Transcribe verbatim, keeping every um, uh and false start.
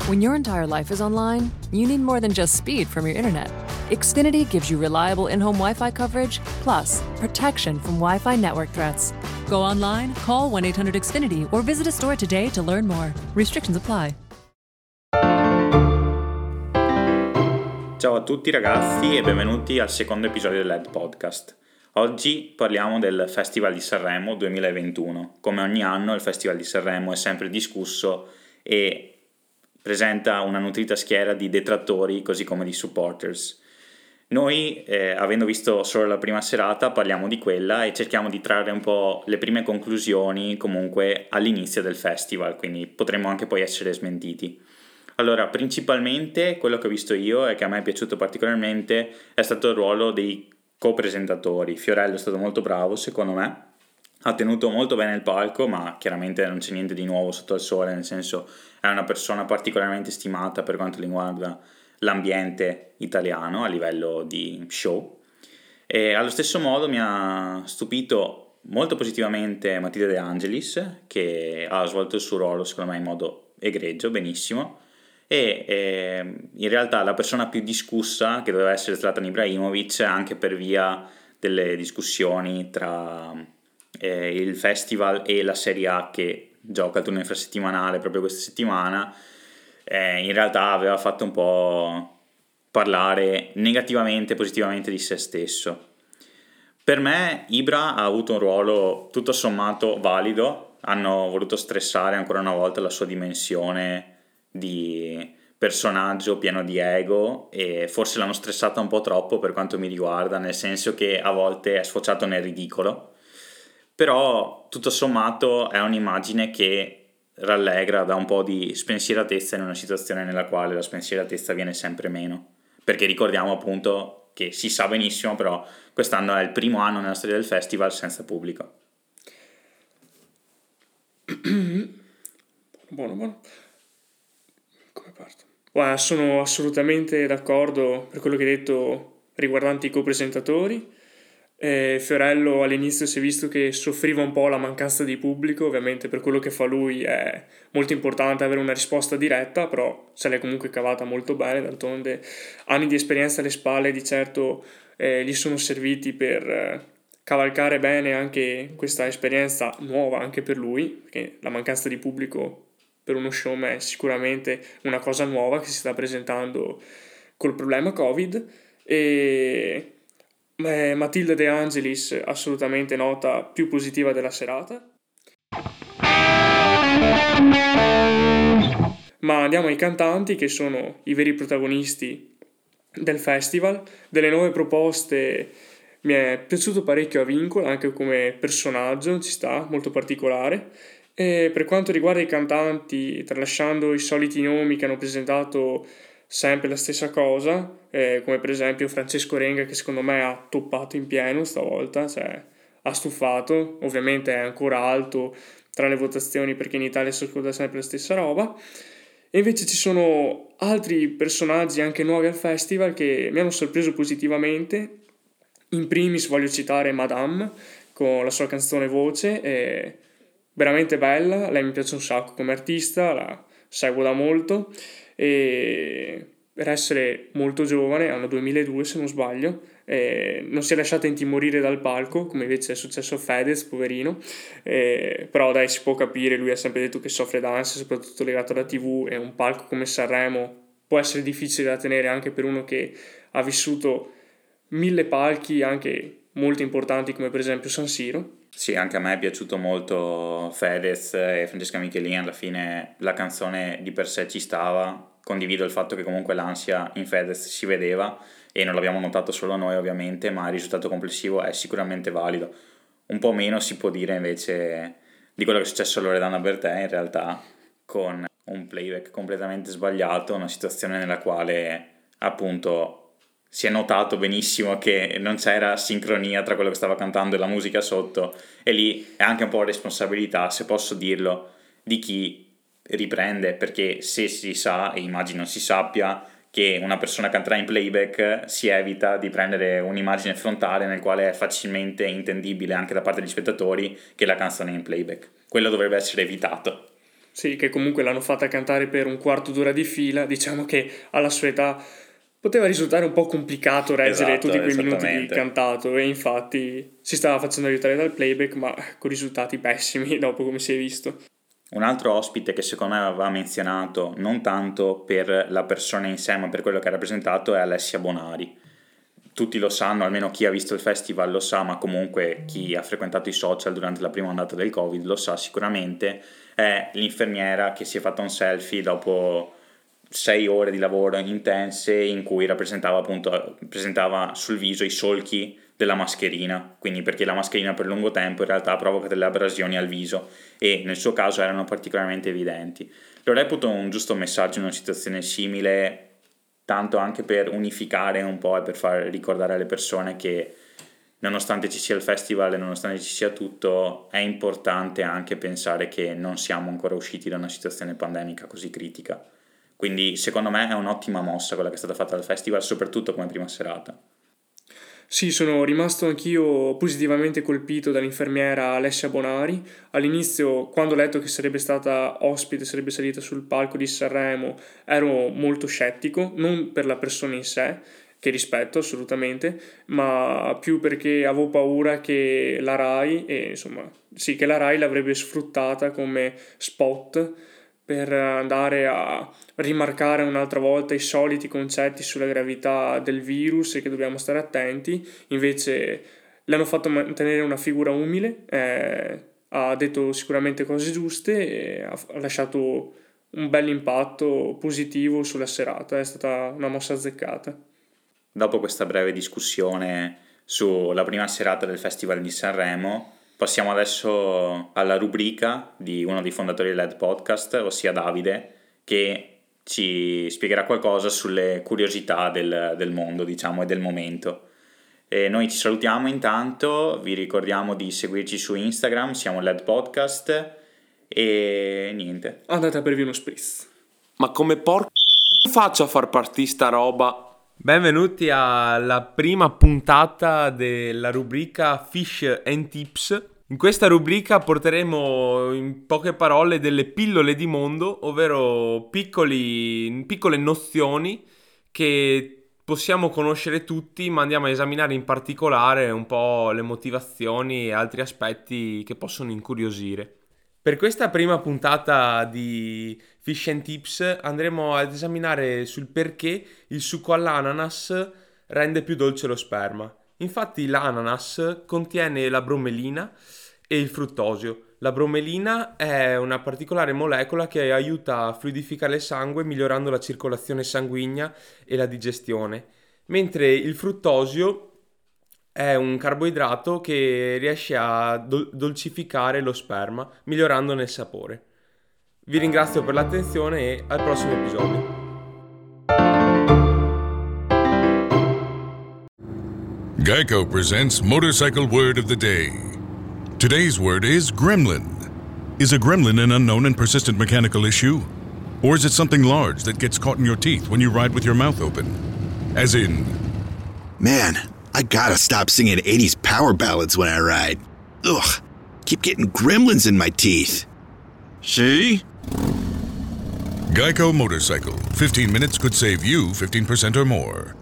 When your entire life is online, you need more than just speed from your internet. Xfinity gives you reliable in-home Wi-Fi coverage, plus protection from Wi-Fi network threats. Go online, call one eight hundred X Finity or visit a store today to learn more. Restrictions apply. Ciao a tutti ragazzi e benvenuti al secondo episodio dell'Ed Podcast. Oggi parliamo del Festival di Sanremo duemilaventuno. Come ogni anno il Festival di Sanremo è sempre discusso e presenta una nutrita schiera di detrattori così come di supporters. Noi, eh, avendo visto solo la prima serata, parliamo di quella e cerchiamo di trarre un po' le prime conclusioni comunque all'inizio del festival, quindi potremmo anche poi essere smentiti. Allora, principalmente quello che ho visto io e che a me è piaciuto particolarmente è stato il ruolo dei co-presentatori. Fiorello è stato molto bravo, secondo me, ha tenuto molto bene il palco, ma chiaramente non c'è niente di nuovo sotto il sole, nel senso è una persona particolarmente stimata per quanto riguarda l'ambiente italiano a livello di show. E allo stesso modo mi ha stupito molto positivamente Matilde De Angelis, che ha svolto il suo ruolo secondo me in modo egregio, benissimo. E eh, in realtà la persona più discussa, che doveva essere Zlatan Ibrahimovic, anche per via delle discussioni tra eh, il festival e la Serie A che gioca il turno infrasettimanale proprio questa settimana, eh, in realtà aveva fatto un po' parlare negativamente e positivamente di se stesso. Per me Ibra ha avuto un ruolo tutto sommato valido, hanno voluto stressare ancora una volta la sua dimensione di personaggio pieno di ego e forse l'hanno stressata un po' troppo per quanto mi riguarda, nel senso che a volte è sfociato nel ridicolo, però tutto sommato è un'immagine che rallegra, dà un po' di spensieratezza in una situazione nella quale la spensieratezza viene sempre meno, perché ricordiamo appunto che si sa benissimo, però quest'anno è il primo anno nella storia del festival senza pubblico. Buono, buono. Come parto? Guarda, sono assolutamente d'accordo per quello che hai detto riguardanti i copresentatori. Eh, Fiorello all'inizio si è visto che soffriva un po' la mancanza di pubblico, ovviamente per quello che fa lui è molto importante avere una risposta diretta, però se l'è comunque cavata molto bene, d'altronde anni di esperienza alle spalle di certo eh, gli sono serviti per eh, cavalcare bene anche questa esperienza nuova anche per lui, perché la mancanza di pubblico per uno showman è sicuramente una cosa nuova che si sta presentando col problema Covid. E eh, Matilde De Angelis assolutamente nota più positiva della serata. Ma andiamo ai cantanti, che sono i veri protagonisti del festival. Delle nuove proposte mi è piaciuto parecchio Avincola, anche come personaggio, ci sta, molto particolare. E per quanto riguarda i cantanti, tralasciando i soliti nomi che hanno presentato sempre la stessa cosa, eh, come per esempio Francesco Renga, che secondo me ha toppato in pieno stavolta, cioè ha stufato, ovviamente è ancora alto tra le votazioni perché in Italia si ascolta sempre la stessa roba. E invece ci sono altri personaggi anche nuovi al festival che mi hanno sorpreso positivamente. In primis voglio citare Madame con la sua canzone Voce, e veramente bella, lei mi piace un sacco come artista, la seguo da molto e per essere molto giovane, anno duemiladue se non sbaglio, eh, non si è lasciata intimorire dal palco come invece è successo a Fedez, poverino, eh, però dai, si può capire, lui ha sempre detto che soffre d'ansia soprattutto legato alla tivù, e un palco come Sanremo può essere difficile da tenere anche per uno che ha vissuto mille palchi anche molto importanti come per esempio San Siro. Sì, anche a me è piaciuto molto Fedez e Francesca Michelin, alla fine la canzone di per sé ci stava, condivido il fatto che comunque l'ansia in Fedez si vedeva e non l'abbiamo notato solo noi ovviamente, ma il risultato complessivo è sicuramente valido. Un po' meno si può dire invece di quello che è successo a Loredana Bertè in realtà, con un playback completamente sbagliato, una situazione nella quale appunto si è notato benissimo che non c'era sincronia tra quello che stava cantando e la musica sotto, e lì è anche un po' responsabilità, se posso dirlo, di chi riprende, perché se si sa, e immagino si sappia, che una persona canterà in playback, si evita di prendere un'immagine frontale nel quale è facilmente intendibile anche da parte degli spettatori che la canzone è in playback. Quello dovrebbe essere evitato. Sì, che comunque l'hanno fatta cantare per un quarto d'ora di fila, diciamo che alla sua età poteva risultare un po' complicato reggere Esatto, tutti quei minuti di esattamente. cantato, e infatti si stava facendo aiutare dal playback, ma con risultati pessimi dopo, come si è visto. Un altro ospite che secondo me va menzionato, non tanto per la persona in sé, ma per quello che ha rappresentato, è Alessia Bonari. Tutti lo sanno, almeno chi ha visto il festival lo sa, ma comunque chi ha frequentato i social durante la prima ondata del Covid lo sa sicuramente. È l'infermiera che si è fatta un selfie dopo sei ore di lavoro intense, in cui rappresentava appunto presentava sul viso i solchi della mascherina, quindi perché la mascherina per lungo tempo in realtà provoca delle abrasioni al viso, e nel suo caso erano particolarmente evidenti. Lo reputo un giusto messaggio in una situazione simile, tanto anche per unificare un po' e per far ricordare alle persone che nonostante ci sia il festival e nonostante ci sia tutto, è importante anche pensare che non siamo ancora usciti da una situazione pandemica così critica. Quindi secondo me è un'ottima mossa quella che è stata fatta dal festival, soprattutto come prima serata. Sì, sono rimasto anch'io positivamente colpito dall'infermiera Alessia Bonari. All'inizio, quando ho letto che sarebbe stata ospite, sarebbe salita sul palco di Sanremo, ero molto scettico, non per la persona in sé, che rispetto assolutamente, ma più perché avevo paura che la Rai, e insomma, sì, che la Rai l'avrebbe sfruttata come spot per andare a rimarcare un'altra volta i soliti concetti sulla gravità del virus e che dobbiamo stare attenti. Invece le hanno fatto mantenere una figura umile, eh, ha detto sicuramente cose giuste e ha lasciato un bel impatto positivo sulla serata. È stata una mossa azzeccata. Dopo questa breve discussione sulla prima serata del Festival di Sanremo, passiamo adesso alla rubrica di uno dei fondatori del L E D Podcast, ossia Davide, che ci spiegherà qualcosa sulle curiosità del, del mondo, diciamo, e del momento. E noi ci salutiamo intanto, vi ricordiamo di seguirci su Instagram, siamo L E D Podcast, e niente. Andate a bervi uno spritz. Ma come porco faccio a far partire sta roba? Benvenuti alla prima puntata della rubrica Fish and Tips. In questa rubrica porteremo in poche parole delle pillole di mondo, ovvero piccoli, piccole nozioni che possiamo conoscere tutti, ma andiamo a esaminare in particolare un po' le motivazioni e altri aspetti che possono incuriosire. Per questa prima puntata di Fish and Tips andremo ad esaminare sul perché il succo all'ananas rende più dolce lo sperma. Infatti l'ananas contiene la bromelina e il fruttosio. La bromelina è una particolare molecola che aiuta a fluidificare il sangue migliorando la circolazione sanguigna e la digestione, mentre il fruttosio è un carboidrato che riesce a do- dolcificare lo sperma, migliorandone il sapore. Vi ringrazio per l'attenzione e al prossimo episodio. Geico presents Motorcycle Word of the Day. Today's word is gremlin. Is a gremlin an unknown and persistent mechanical issue? Or is it something large that gets caught in your teeth when you ride with your mouth open? As in... Man, I gotta stop singing eighties power ballads when I ride. Ugh, keep getting gremlins in my teeth. See? Geico Motorcycle. fifteen minutes could save you fifteen percent or more.